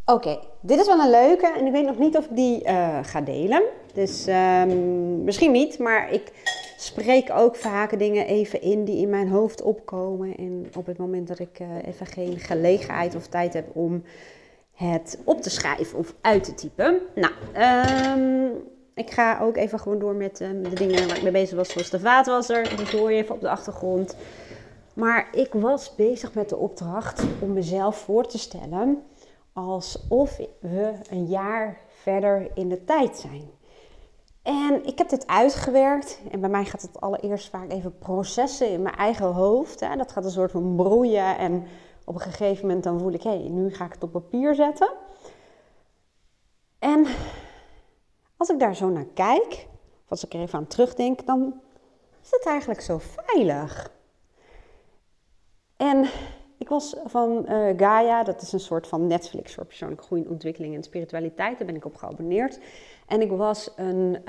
Oké, dit is wel een leuke en ik weet nog niet of ik die ga delen. Dus misschien niet, maar ik spreek ook vaak dingen even in die in mijn hoofd opkomen. En op het moment dat ik even geen gelegenheid of tijd heb om het op te schrijven of uit te typen. Nou, ik ga ook even gewoon door met de dingen waar ik mee bezig was, zoals de vaatwasser. Dat hoor je even op de achtergrond. Maar ik was bezig met de opdracht om mezelf voor te stellen alsof we een jaar verder in de tijd zijn. En ik heb dit uitgewerkt. En bij mij gaat het allereerst vaak even processen in mijn eigen hoofd. Hè. Dat gaat een soort van broeien. En op een gegeven moment dan voel ik, nu ga ik het op papier zetten. En als ik daar zo naar kijk, of als ik er even aan terugdenk, dan is het eigenlijk zo veilig. En ik was van Gaia, dat is een soort van Netflix voor persoonlijke groei en ontwikkeling en spiritualiteit. Daar ben ik op geabonneerd. En ik was een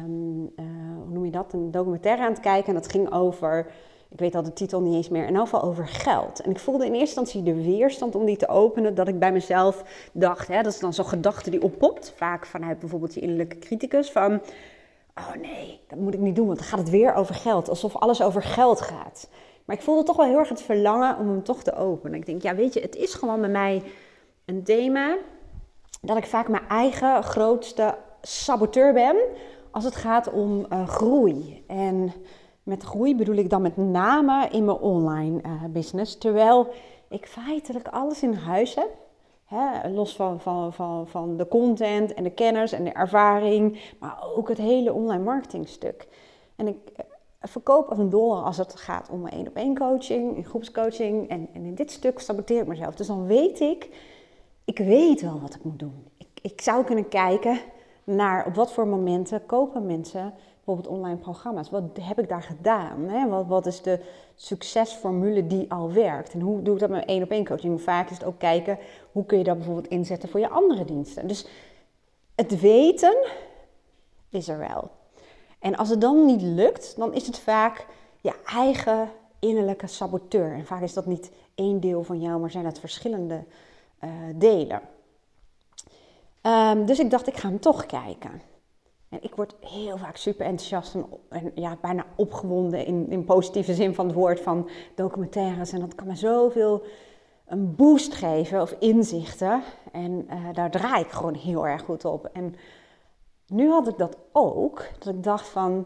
documentaire aan het kijken en dat ging over, ik weet al de titel niet eens meer, in ieder geval over geld. En ik voelde in eerste instantie de weerstand om die te openen, dat ik bij mezelf dacht, dat is dan zo'n gedachte die oppopt, vaak vanuit bijvoorbeeld je innerlijke criticus, van, oh nee, dat moet ik niet doen, want dan gaat het weer over geld, alsof alles over geld gaat. Maar ik voelde toch wel heel erg het verlangen om hem toch te openen. Ik denk, weet je, het is gewoon bij mij een thema dat ik vaak mijn eigen grootste saboteur ben als het gaat om groei. En met groei bedoel ik dan met name in mijn online business. Terwijl ik feitelijk alles in huis heb. Los van de content en de kennis en de ervaring. Maar ook het hele online marketingstuk. En ik verkoop als een dolle als het gaat om mijn 1-op-1 coaching, in groepscoaching. En in dit stuk saboteer ik mezelf. Dus dan weet ik weet wel wat ik moet doen. Ik zou kunnen kijken naar op wat voor momenten kopen mensen bijvoorbeeld online programma's. Wat heb ik daar gedaan? Wat is de succesformule die al werkt? En hoe doe ik dat met 1-op-1 coaching? Vaak is het ook kijken, hoe kun je dat bijvoorbeeld inzetten voor je andere diensten? Dus het weten is er wel. En als het dan niet lukt, dan is het vaak je eigen innerlijke saboteur. En vaak is dat niet één deel van jou, maar zijn het verschillende delen. Dus ik dacht, ik ga hem toch kijken. En ik word heel vaak super enthousiast en bijna opgewonden in positieve zin van het woord van documentaires. En dat kan me zoveel een boost geven of inzichten. En daar draai ik gewoon heel erg goed op. En nu had ik dat ook, dat ik dacht van,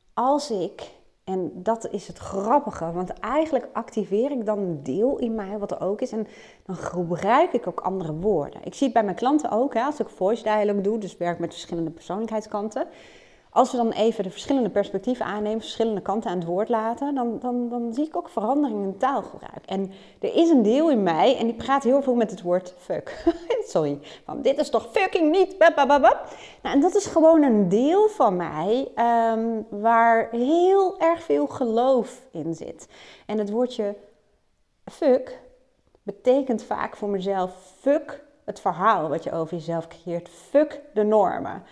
en dat is het grappige, want eigenlijk activeer ik dan een deel in mij wat er ook is en dan gebruik ik ook andere woorden. Ik zie het bij mijn klanten ook, als ik voice dialogue doe, dus werk met verschillende persoonlijkheidskanten. Als we dan even de verschillende perspectieven aannemen, verschillende kanten aan het woord laten, dan zie ik ook verandering in taalgebruik. En er is een deel in mij en die praat heel veel met het woord fuck. Sorry, van dit is toch fucking niet. Nou, en dat is gewoon een deel van mij waar heel erg veel geloof in zit. En het woordje fuck betekent vaak voor mezelf fuck het verhaal wat je over jezelf creëert. Fuck de normen.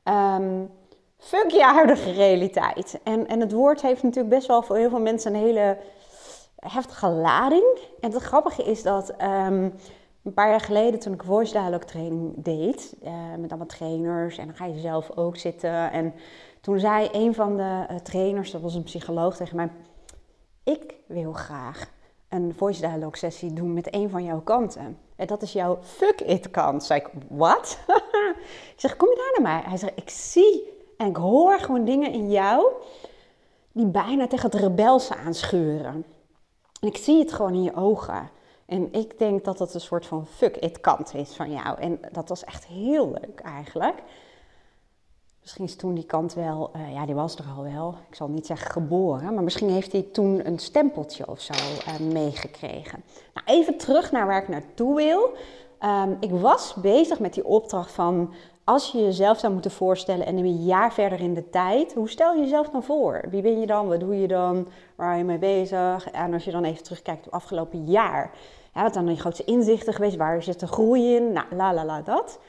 Fuck je huidige realiteit. En het woord heeft natuurlijk best wel voor heel veel mensen een hele heftige lading. En het grappige is dat een paar jaar geleden toen ik voice dialogue training deed, met allemaal trainers en dan ga je zelf ook zitten. En toen zei een van de trainers, dat was een psycholoog, tegen mij, ik wil graag een voice dialogue sessie doen met een van jouw kanten. En dat is jouw fuck it kant. Zei ik, wat? Ik zeg, kom je daar naar mij? Hij zegt, ik zie en ik hoor gewoon dingen in jou die bijna tegen het rebelse aanschuren. En ik zie het gewoon in je ogen. En ik denk dat dat een soort van fuck it kant is van jou. En dat was echt heel leuk eigenlijk. Misschien is toen die kant wel, die was er al wel. Ik zal niet zeggen geboren, maar misschien heeft hij toen een stempeltje of zo meegekregen. Nou, even terug naar waar ik naartoe wil. Ik was bezig met die opdracht van, als je jezelf zou moeten voorstellen en een jaar verder in de tijd, hoe stel je jezelf dan voor? Wie ben je dan? Wat doe je dan? Waar ben je mee bezig? En als je dan even terugkijkt op het afgelopen jaar, wat zijn dan je grootste inzichten geweest? Waar zit de groei in? Nou, dat.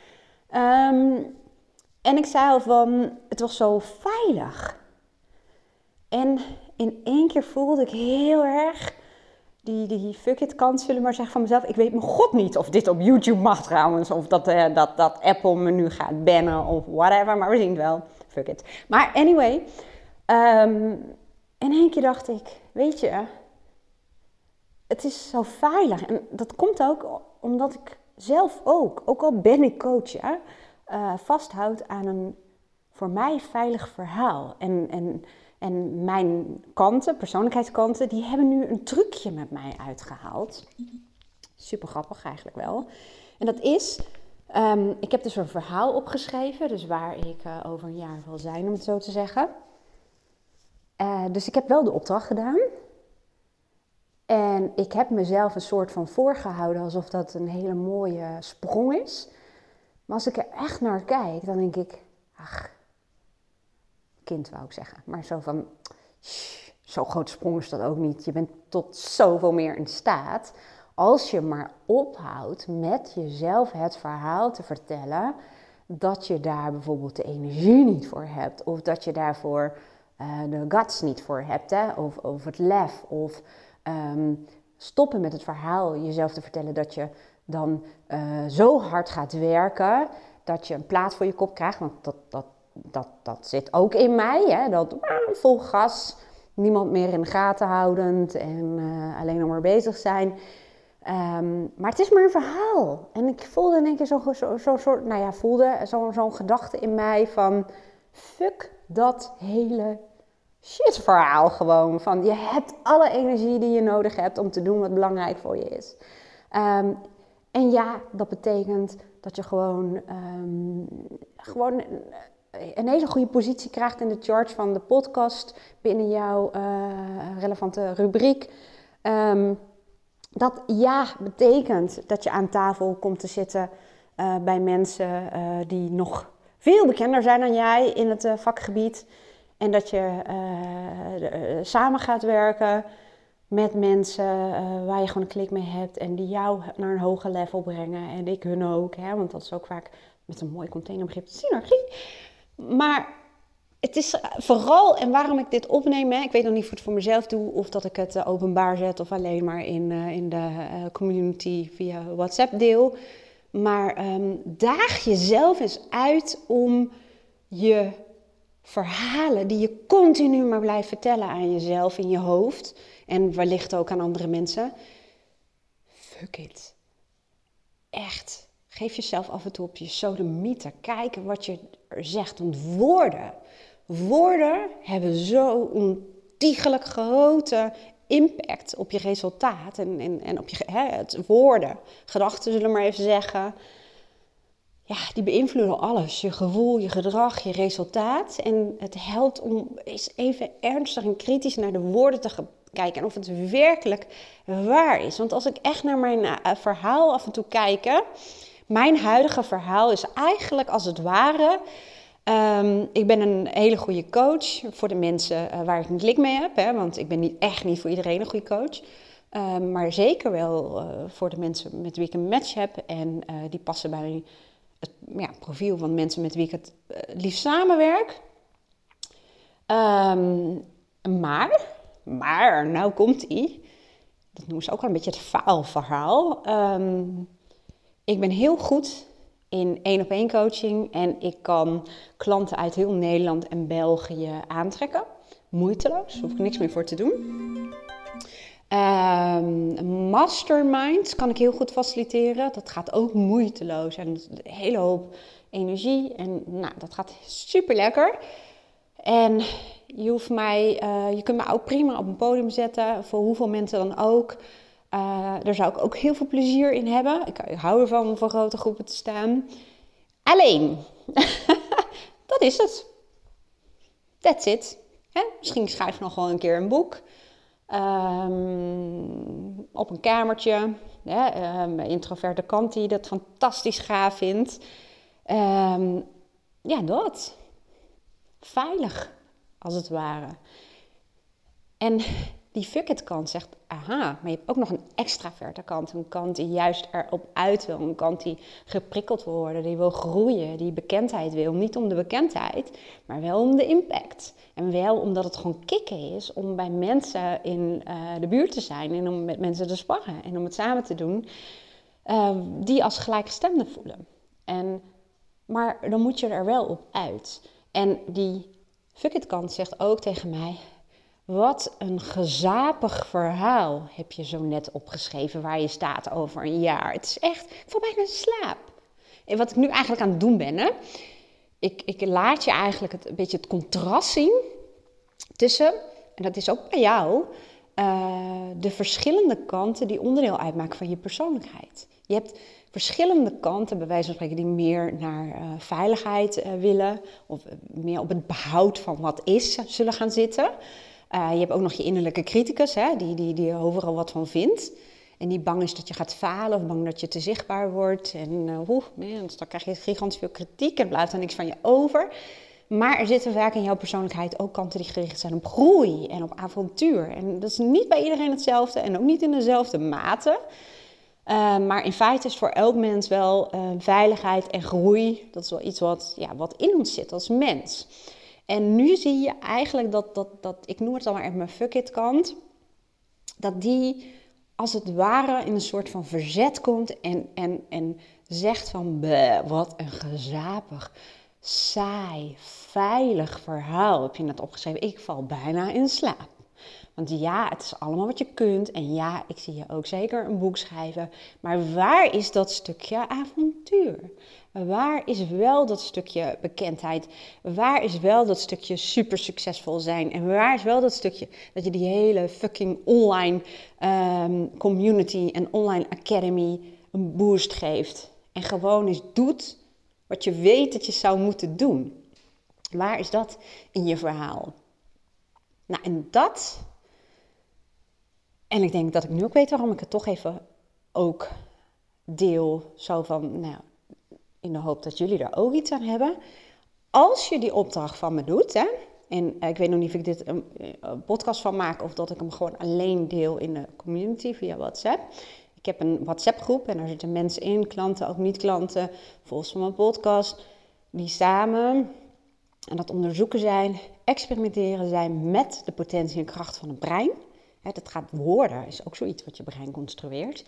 En ik zei al van, het was zo veilig. En in één keer voelde ik heel erg die fuck it kant, zullen we maar zeggen, van mezelf. Ik weet mijn god niet of dit op YouTube mag trouwens. Of dat Apple me nu gaat bannen of whatever. Maar we zien het wel. Fuck it. Maar anyway. In één keer dacht ik, weet je, het is zo veilig. En dat komt ook omdat ik zelf ook al ben ik coach, vasthoud aan een voor mij veilig verhaal. En mijn kanten, persoonlijkheidskanten, die hebben nu een trucje met mij uitgehaald. Super grappig eigenlijk wel. En dat is, ik heb dus een verhaal opgeschreven, dus waar ik over een jaar wil zijn, om het zo te zeggen. Dus ik heb wel de opdracht gedaan. En ik heb mezelf een soort van voorgehouden alsof dat een hele mooie sprong is. Maar als ik er echt naar kijk, dan denk ik, ach, kind wou ik zeggen. Maar zo van, zo groot sprong is dat ook niet. Je bent tot zoveel meer in staat als je maar ophoudt met jezelf het verhaal te vertellen dat je daar bijvoorbeeld de energie niet voor hebt. Of dat je daarvoor de guts niet voor hebt. Of het lef. Of stoppen met het verhaal jezelf te vertellen dat je dan zo hard gaat werken dat je een plaat voor je kop krijgt. Want dat zit ook in mij. Hè? Dat vol gas, niemand meer in de gaten houdend en alleen nog maar bezig zijn. Maar het is maar een verhaal. En ik voelde in één keer zo'n gedachte in mij van fuck dat hele shitverhaal gewoon. Van je hebt alle energie die je nodig hebt om te doen wat belangrijk voor je is. En ja, dat betekent dat je gewoon een hele goede positie krijgt in de charts van de podcast binnen jouw relevante rubriek. Dat ja betekent dat je aan tafel komt te zitten bij mensen die nog veel bekender zijn dan jij in het vakgebied. En dat je samen gaat werken met mensen waar je gewoon een klik mee hebt. En die jou naar een hoger level brengen. En ik hun ook. Hè, want dat is ook vaak met een mooi containerbegrip synergie. Maar het is vooral, en waarom ik dit opneem. Hè, ik weet nog niet of ik het voor mezelf doe. Of dat ik het openbaar zet. Of alleen maar in de community via WhatsApp deel. Maar daag jezelf eens uit om je verhalen die je continu maar blijft vertellen aan jezelf in je hoofd en wellicht ook aan andere mensen. Fuck it. Echt. Geef jezelf af en toe op je sodomieter. Kijk wat je er zegt. Want woorden hebben zo ontiegelijk grote impact op je resultaat en op het woorden. Gedachten zullen we maar even zeggen. Ja, die beïnvloeden alles. Je gevoel, je gedrag, je resultaat. En het helpt om eens even ernstig en kritisch naar de woorden te kijken. En of het werkelijk waar is. Want als ik echt naar mijn verhaal af en toe kijk. Mijn huidige verhaal is eigenlijk als het ware. Ik ben een hele goede coach voor de mensen waar ik een klik mee heb. Hè, want ik ben echt niet voor iedereen een goede coach. Maar zeker wel voor de mensen met wie ik een match heb. En die passen bij het profiel van mensen met wie ik het liefst samenwerk. Maar, nou komt-ie. Dat noemen ze ook wel een beetje het faalverhaal. Ik ben heel goed in 1-op-1 coaching. En ik kan klanten uit heel Nederland en België aantrekken. Moeiteloos, daar hoef ik niks meer voor te doen. Masterminds kan ik heel goed faciliteren. Dat gaat ook moeiteloos en een hele hoop energie. En nou, dat gaat super lekker. En je kunt me ook prima op een podium zetten. Voor hoeveel mensen dan ook. Daar zou ik ook heel veel plezier in hebben. Ik hou ervan om voor grote groepen te staan. Alleen, dat is het. That's it. Misschien schrijf ik nog wel een keer een boek. Op een kamertje. Mijn introverte kant die dat fantastisch gaaf vindt. Dat. Veilig, als het ware. En die fuck it kant zegt, aha, maar je hebt ook nog een extraverte kant. Een kant die juist erop uit wil. Een kant die geprikkeld wil worden, die wil groeien, die bekendheid wil. Niet om de bekendheid, maar wel om de impact. En wel omdat het gewoon kicken is om bij mensen in de buurt te zijn. En om met mensen te sparren en om het samen te doen. Die als gelijkgestemden voelen. Maar dan moet je er wel op uit. En die fuck it kant zegt ook tegen mij, wat een gezapig verhaal heb je zo net opgeschreven waar je staat over een jaar. Het is echt, ik val bijna in slaap. En wat ik nu eigenlijk aan het doen ben, hè, ik laat je eigenlijk een beetje het contrast zien tussen, en dat is ook bij jou, de verschillende kanten die onderdeel uitmaken van je persoonlijkheid. Je hebt verschillende kanten, bij wijze van spreken, die meer naar veiligheid willen. Of meer op het behoud van wat is zullen gaan zitten. Je hebt ook nog je innerlijke criticus, hè, die overal wat van vindt. En die bang is dat je gaat falen of bang dat je te zichtbaar wordt. En dan krijg je gigantisch veel kritiek en blijft er niks van je over. Maar er zitten vaak in jouw persoonlijkheid ook kanten die gericht zijn op groei en op avontuur. En dat is niet bij iedereen hetzelfde en ook niet in dezelfde mate. Maar in feite is voor elk mens wel veiligheid en groei, dat is wel iets wat in ons zit als mens. En nu zie je eigenlijk dat ik noem het dan maar even mijn fuck it kant, dat die als het ware in een soort van verzet komt en zegt van, wat een gezapig, saai, veilig verhaal heb je net opgeschreven. Ik val bijna in slaap. Want ja, het is allemaal wat je kunt. En ja, ik zie je ook zeker een boek schrijven. Maar waar is dat stukje avontuur? Waar is wel dat stukje bekendheid? Waar is wel dat stukje super succesvol zijn? En waar is wel dat stukje dat je die hele fucking online community en online academy een boost geeft? En gewoon eens doet wat je weet dat je zou moeten doen. Waar is dat in je verhaal? Nou, en ik denk dat ik nu ook weet waarom ik het toch even ook deel. Zo van, nou, in de hoop dat jullie er ook iets aan hebben. Als je die opdracht van me doet, hè, en ik weet nog niet of ik dit een podcast van maak of dat ik hem gewoon alleen deel in de community via WhatsApp. Ik heb een WhatsApp groep en daar zitten mensen in, klanten, ook niet-klanten, volgens van mijn podcast, die samen aan het onderzoeken zijn, experimenteren zijn met de potentie en kracht van het brein. Dat gaat woorden, is ook zoiets wat je brein construeert.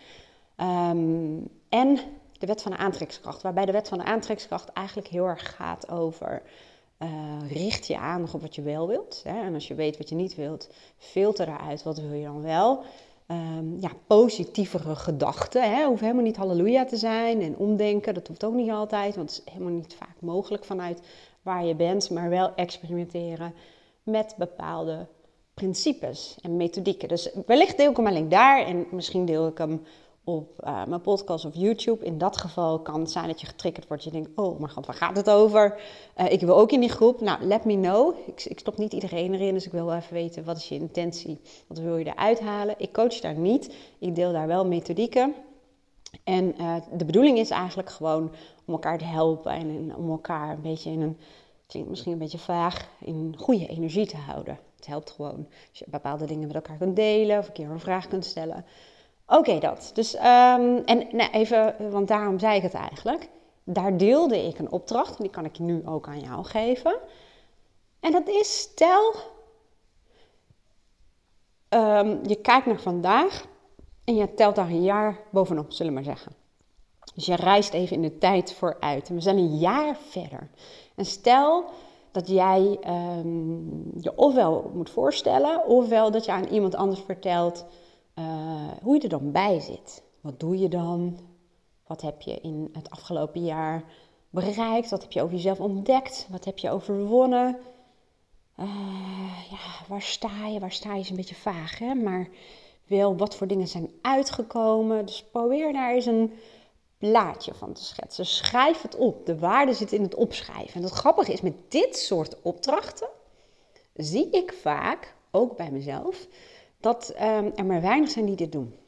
En de wet van de aantrekkingskracht, waarbij de wet van de aantrekkingskracht eigenlijk heel erg gaat over richt je aandacht op wat je wel wilt. Hè? En als je weet wat je niet wilt, filter eruit wat wil je dan wel. Positievere gedachten. Hè? Hoeft helemaal niet halleluja te zijn en omdenken. Dat hoeft ook niet altijd, want het is helemaal niet vaak mogelijk vanuit waar je bent. Maar wel experimenteren met bepaalde principes en methodieken. Dus wellicht deel ik hem alleen daar en misschien deel ik hem op mijn podcast of YouTube. In dat geval kan het zijn dat je getriggerd wordt. Je denkt, oh mijn god, waar gaat het over? Ik wil ook in die groep. Nou, let me know. Ik stop niet iedereen erin, dus ik wil wel even weten, wat is je intentie? Wat wil je eruit halen? Ik coach daar niet. Ik deel daar wel methodieken. En de bedoeling is eigenlijk gewoon om elkaar te helpen en om elkaar een beetje in een, klinkt misschien een beetje vaag, in goede energie te houden. Het helpt gewoon als je bepaalde dingen met elkaar kunt delen of een keer een vraag kunt stellen. Oké, dat. Dus, even, want daarom zei ik het eigenlijk. Daar deelde ik een opdracht en die kan ik nu ook aan jou geven. En dat is, stel, je kijkt naar vandaag en je telt daar een jaar bovenop, zullen we maar zeggen. Dus je reist even in de tijd vooruit en we zijn een jaar verder. En stel dat jij je ofwel moet voorstellen, ofwel dat je aan iemand anders vertelt hoe je er dan bij zit. Wat doe je dan? Wat heb je in het afgelopen jaar bereikt? Wat heb je over jezelf ontdekt? Wat heb je overwonnen? Waar sta je? Waar sta je is een beetje vaag, hè? Maar wel wat voor dingen zijn uitgekomen. Dus probeer daar eens een plaatje van te schetsen. Schrijf het op. De waarde zit in het opschrijven. En het grappige is, met dit soort opdrachten zie ik vaak, ook bij mezelf, dat er maar weinig zijn die dit doen.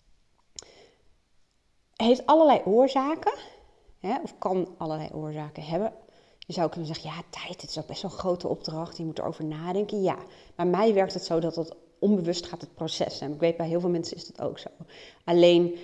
Het heeft allerlei oorzaken, hè, of kan allerlei oorzaken hebben. Je zou kunnen zeggen, ja, tijd, het is ook best wel een grote opdracht, je moet erover nadenken. Ja, bij mij werkt het zo dat het onbewust gaat het proces. En ik weet, bij heel veel mensen is dat ook zo. Alleen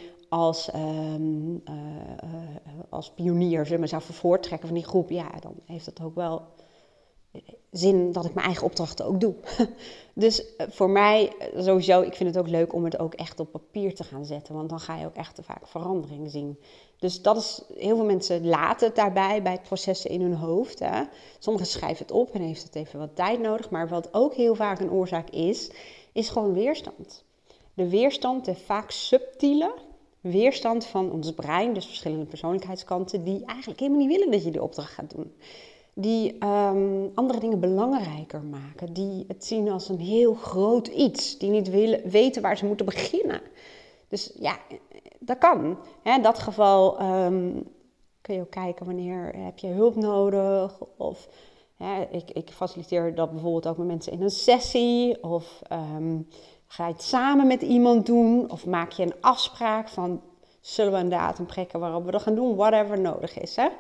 als pionier, zeg maar, zou voortrekken van die groep, ja, dan heeft het ook wel zin dat ik mijn eigen opdrachten ook doe. Dus voor mij sowieso, ik vind het ook leuk om het ook echt op papier te gaan zetten. Want dan ga je ook echt vaak verandering zien. Dus dat is, heel veel mensen laten het daarbij, bij het processen in hun hoofd. Hè. Sommigen schrijven het op en heeft het even wat tijd nodig. Maar wat ook heel vaak een oorzaak is gewoon weerstand. De weerstand, de vaak subtiele weerstand van ons brein, dus verschillende persoonlijkheidskanten, die eigenlijk helemaal niet willen dat je die opdracht gaat doen. Die andere dingen belangrijker maken. Die het zien als een heel groot iets. Die niet weten waar ze moeten beginnen. Dus ja, dat kan. In dat geval kun je ook kijken wanneer heb je hulp nodig. Of ik faciliteer dat bijvoorbeeld ook met mensen in een sessie. Of ga je het samen met iemand doen. Of maak je een afspraak van zullen we een datum prikken waarop we dat gaan doen. Whatever nodig is. Hè?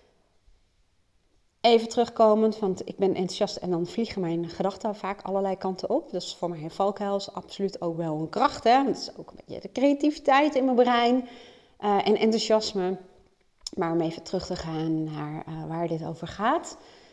Even terugkomend, want ik ben enthousiast en dan vliegen mijn gedachten vaak allerlei kanten op. Dus voor mij een valkuil is absoluut ook wel een kracht. Hè? Het is ook een beetje de creativiteit in mijn brein en enthousiasme. Maar om even terug te gaan naar waar dit over gaat.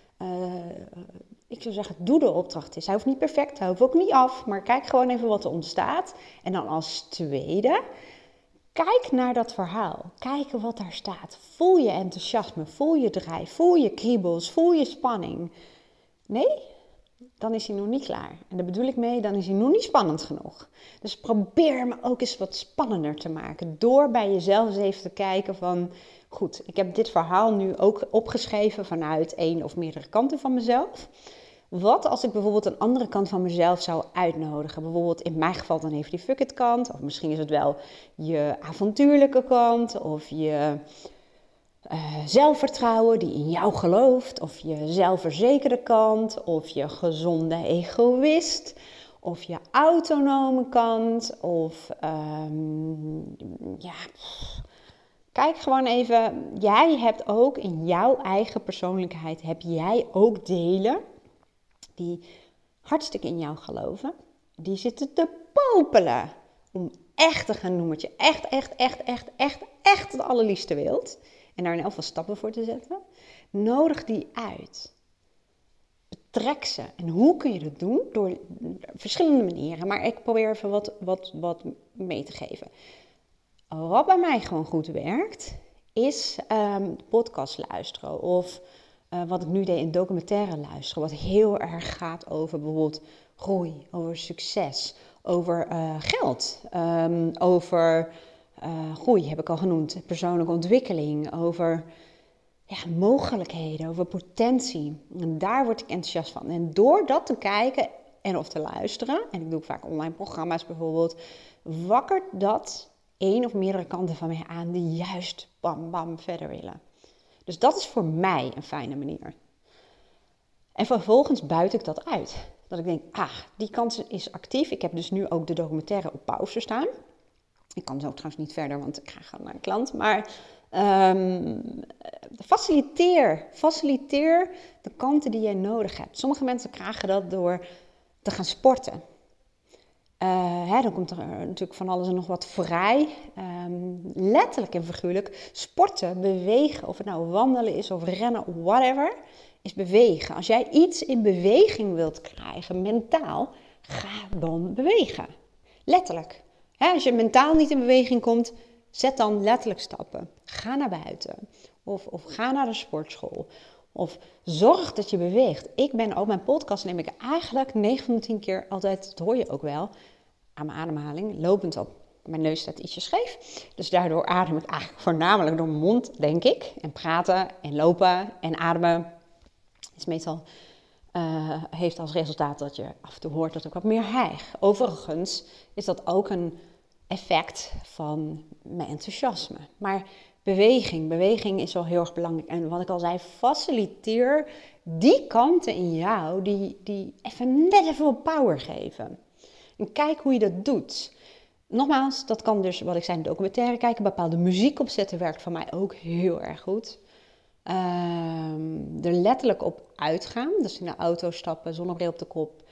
Ik zou zeggen, doe de opdracht eens. Hij hoeft niet perfect, hij hoeft ook niet af. Maar kijk gewoon even wat er ontstaat. En dan als tweede, kijk naar dat verhaal. Kijk wat daar staat. Voel je enthousiasme, voel je drijf, voel je kriebels, voel je spanning. Nee? Dan is hij nog niet klaar. En daar bedoel ik mee, dan is hij nog niet spannend genoeg. Dus probeer hem ook eens wat spannender te maken. Door bij jezelf eens even te kijken van, goed, ik heb dit verhaal nu ook opgeschreven vanuit één of meerdere kanten van mezelf. Wat als ik bijvoorbeeld een andere kant van mezelf zou uitnodigen? Bijvoorbeeld in mijn geval dan even die fuck it kant. Of misschien is het wel je avontuurlijke kant. Of je zelfvertrouwen die in jou gelooft. Of je zelfverzekerde kant. Of je gezonde egoïst. Of je autonome kant. Of kijk gewoon even. Jij hebt ook in jouw eigen persoonlijkheid, heb jij ook delen die hartstikke in jou geloven, die zitten te popelen om echt te gaan doen wat je echt het allerliefste wilt. En daar in elk geval stappen voor te zetten. Nodig die uit. Betrek ze. En hoe kun je dat doen? Door verschillende manieren. Maar ik probeer even wat mee te geven. Wat bij mij gewoon goed werkt, is podcast luisteren of wat ik nu deed in documentaire luisteren, wat heel erg gaat over bijvoorbeeld groei, over succes, over geld, over groei heb ik al genoemd, persoonlijke ontwikkeling, over mogelijkheden, over potentie. En daar word ik enthousiast van. En door dat te kijken en of te luisteren, en ik doe ook vaak online programma's bijvoorbeeld, wakkert dat één of meerdere kanten van mij aan die juist bam bam verder willen. Dus dat is voor mij een fijne manier. En vervolgens buit ik dat uit. Dat ik denk, die kant is actief. Ik heb dus nu ook de documentaire op pauze staan. Ik kan zo trouwens niet verder, want ik ga gewoon naar een klant. Maar faciliteer de kanten die jij nodig hebt. Sommige mensen krijgen dat door te gaan sporten. Dan komt er natuurlijk van alles en nog wat vrij. Letterlijk en figuurlijk. Sporten, bewegen, of het nou wandelen is of rennen, whatever, is bewegen. Als jij iets in beweging wilt krijgen, mentaal, ga dan bewegen. Letterlijk. Als je mentaal niet in beweging komt, zet dan letterlijk stappen. Ga naar buiten. Of ga naar de sportschool. Of zorg dat je beweegt. Ook mijn podcast neem ik eigenlijk 9 van de 10 keer altijd, dat hoor je ook wel, aan mijn ademhaling, lopend op. Mijn neus staat ietsje scheef. Dus daardoor adem ik eigenlijk voornamelijk door mijn mond, denk ik. En praten en lopen en ademen is meestal, heeft als resultaat dat je af en toe hoort dat ik wat meer hijg. Overigens is dat ook een effect van mijn enthousiasme. Maar beweging is wel heel erg belangrijk. En wat ik al zei, faciliteer die kanten in jou die net even wat power geven. En kijk hoe je dat doet. Nogmaals, dat kan dus, wat ik zei, in documentaire kijken. Bepaalde muziek opzetten werkt voor mij ook heel erg goed. Er letterlijk op uitgaan. Dus in de auto stappen, zonnebril op de kop.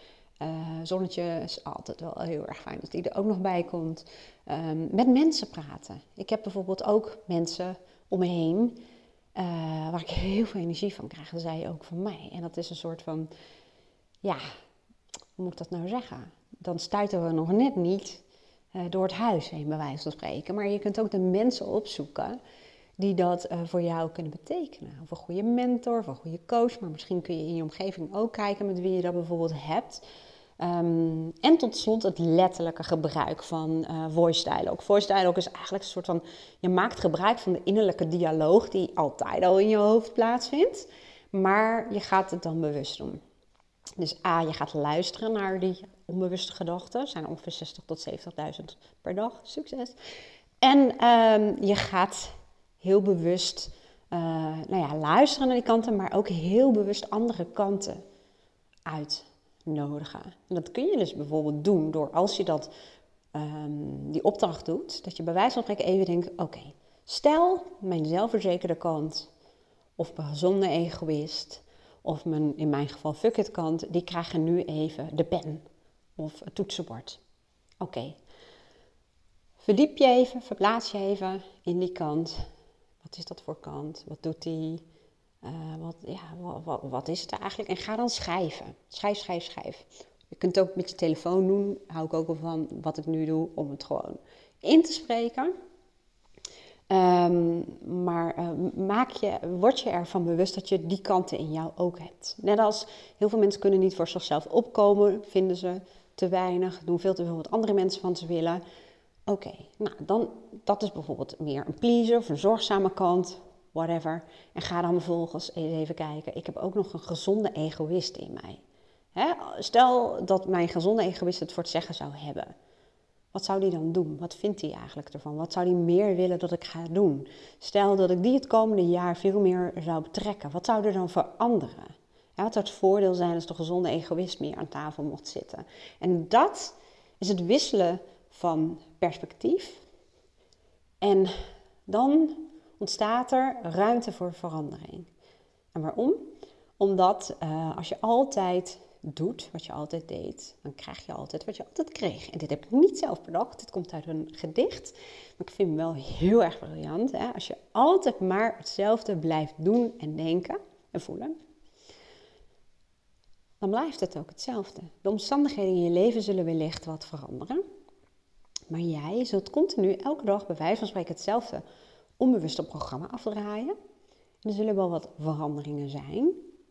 Zonnetje is altijd wel heel erg fijn als die er ook nog bij komt. Met mensen praten. Ik heb bijvoorbeeld ook mensen om me heen waar ik heel veel energie van krijg. Dat zei je ook van mij. En dat is een soort van, ja, hoe moet ik dat nou zeggen? Dan stuiten we nog net niet door het huis heen, bij wijze van spreken. Maar je kunt ook de mensen opzoeken die dat voor jou kunnen betekenen. Of een goede mentor, of een goede coach. Maar misschien kun je in je omgeving ook kijken met wie je dat bijvoorbeeld hebt. En tot slot het letterlijke gebruik van voice dialogue. Voice dialogue is eigenlijk een soort van, je maakt gebruik van de innerlijke dialoog die altijd al in je hoofd plaatsvindt. Maar je gaat het dan bewust doen. Dus je gaat luisteren naar die onbewuste gedachten. Er zijn ongeveer 60.000 tot 70.000 per dag. Succes. En je gaat heel bewust luisteren naar die kanten, maar ook heel bewust andere kanten uitnodigen. En dat kun je dus bijvoorbeeld doen door als je die opdracht doet, dat je bij wijze van spreken even denkt, oké, stel mijn zelfverzekerde kant of mijn gezonde egoïst of mijn, in mijn geval fuck it kant, die krijgen nu even de pen of het toetsenbord. Oké. Verdiep je even, verplaats je even in die kant. Wat is dat voor kant? Wat doet die? Wat is het eigenlijk? En ga dan schrijven. Schrijf. Je kunt het ook met je telefoon doen. Hou ik ook al van wat ik nu doe, om het gewoon in te spreken. Word je ervan bewust dat je die kanten in jou ook hebt. Net als heel veel mensen kunnen niet voor zichzelf opkomen, vinden ze te weinig, doen veel te veel wat andere mensen van ze willen. Oké, nou dan, dat is bijvoorbeeld meer een pleaser of een zorgzame kant, whatever. En ga dan vervolgens even kijken, ik heb ook nog een gezonde egoïst in mij. Stel dat mijn gezonde egoïst het voor het zeggen zou hebben. Wat zou die dan doen? Wat vindt hij eigenlijk ervan? Wat zou hij meer willen dat ik ga doen? Stel dat ik die het komende jaar veel meer zou betrekken. Wat zou er dan veranderen? Wat zou het voordeel zijn als de gezonde egoïst meer aan tafel mocht zitten? En dat is het wisselen van perspectief. En dan ontstaat er ruimte voor verandering. En waarom? Omdat als je altijd doet wat je altijd deed, dan krijg je altijd wat je altijd kreeg. En dit heb ik niet zelf bedacht, dit komt uit een gedicht. Maar ik vind hem wel heel erg briljant. Als je altijd maar hetzelfde blijft doen en denken en voelen, dan blijft het ook hetzelfde. De omstandigheden in je leven zullen wellicht wat veranderen. Maar jij zult continu elke dag bij wijze van spreken hetzelfde onbewuste programma afdraaien. En er zullen wel wat veranderingen zijn.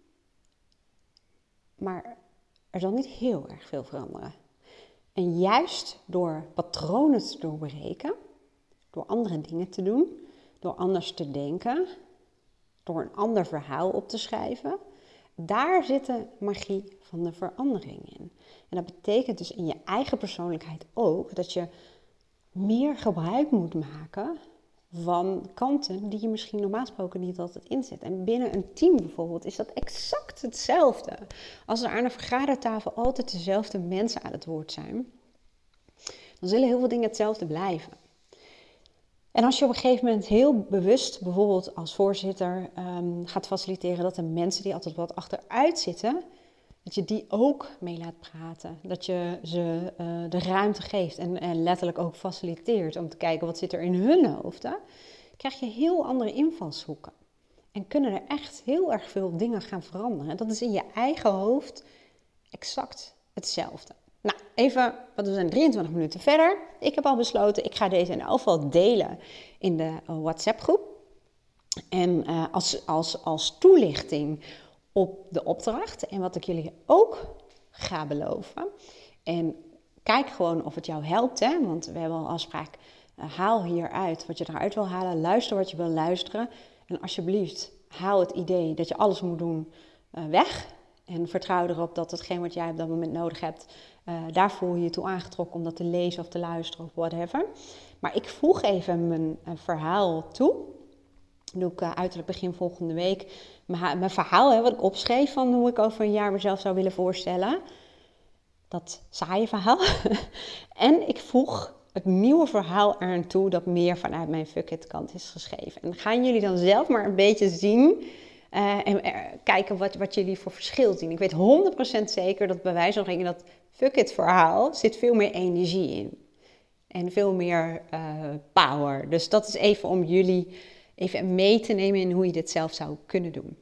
Maar er zal niet heel erg veel veranderen. En juist door patronen te doorbreken, door andere dingen te doen, door anders te denken, door een ander verhaal op te schrijven, daar zit de magie van de verandering in. En dat betekent dus in je eigen persoonlijkheid ook dat je meer gebruik moet maken van kanten die je misschien normaal gesproken niet altijd inzet. En binnen een team bijvoorbeeld is dat exact hetzelfde. Als er aan een vergadertafel altijd dezelfde mensen aan het woord zijn, dan zullen heel veel dingen hetzelfde blijven. En als je op een gegeven moment heel bewust, bijvoorbeeld als voorzitter, gaat faciliteren dat de mensen die altijd wat achteruit zitten, dat je die ook mee laat praten. Dat je ze de ruimte geeft en letterlijk ook faciliteert om te kijken wat zit er in hun hoofden. Krijg je heel andere invalshoeken. En kunnen er echt heel erg veel dingen gaan veranderen. Dat is in je eigen hoofd exact hetzelfde. Nou, even, want we zijn 23 minuten verder. Ik heb al besloten, ik ga deze in elk geval delen in de WhatsApp groep. En als toelichting op de opdracht. En wat ik jullie ook ga beloven. En kijk gewoon of het jou helpt. Want we hebben al afspraak. Haal hieruit wat je eruit wil halen. Luister wat je wil luisteren. En alsjeblieft, haal het idee dat je alles moet doen weg. En vertrouw erop dat hetgeen wat jij op dat moment nodig hebt, daar voel je je toe aangetrokken om dat te lezen of te luisteren of whatever. Maar ik voeg even mijn verhaal toe. Dat doe ik uiterlijk begin volgende week. Mijn verhaal, wat ik opschreef van hoe ik over een jaar mezelf zou willen voorstellen. Dat saaie verhaal. En ik voeg het nieuwe verhaal eraan toe dat meer vanuit mijn fuck it kant is geschreven. En gaan jullie dan zelf maar een beetje zien Kijken wat jullie voor verschil zien. Ik weet 100% zeker dat bij wijze van spreken dat fuck it verhaal zit veel meer energie in. En veel meer power. Dus dat is even om jullie even mee te nemen in hoe je dit zelf zou kunnen doen.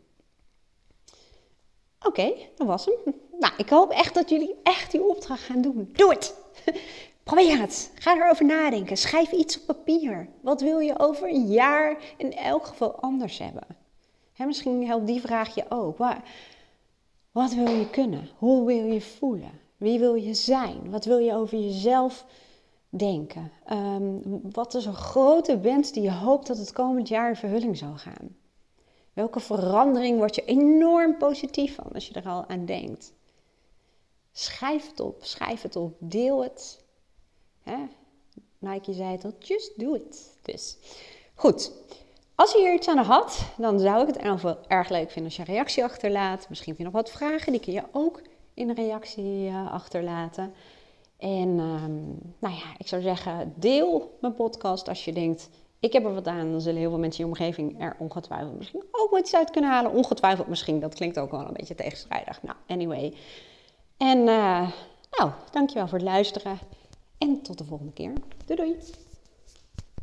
Oké, dat was hem. Nou, ik hoop echt dat jullie echt die opdracht gaan doen. Doe het! Probeer het. Ga erover nadenken. Schrijf iets op papier. Wat wil je over een jaar in elk geval anders hebben? Misschien helpt die vraag je ook. Wat wil je kunnen? Hoe wil je voelen? Wie wil je zijn? Wat wil je over jezelf denken? Wat is een grote wens die je hoopt dat het komend jaar in vervulling zal gaan? Welke verandering word je enorm positief van als je er al aan denkt? Schrijf het op, deel het. Nike zei het al, just do it. Dus goed, als je hier iets aan had, dan zou ik het in ieder geval erg leuk vinden als je een reactie achterlaat. Misschien heb je nog wat vragen, die kun je ook in een reactie achterlaten. En ik zou zeggen, deel mijn podcast als je denkt, ik heb er wat aan. Dan zullen heel veel mensen in je omgeving er ongetwijfeld misschien ook iets uit kunnen halen. Ongetwijfeld misschien, dat klinkt ook wel een beetje tegenstrijdig. Nou, anyway. En dankjewel voor het luisteren. En tot de volgende keer. Doei doei.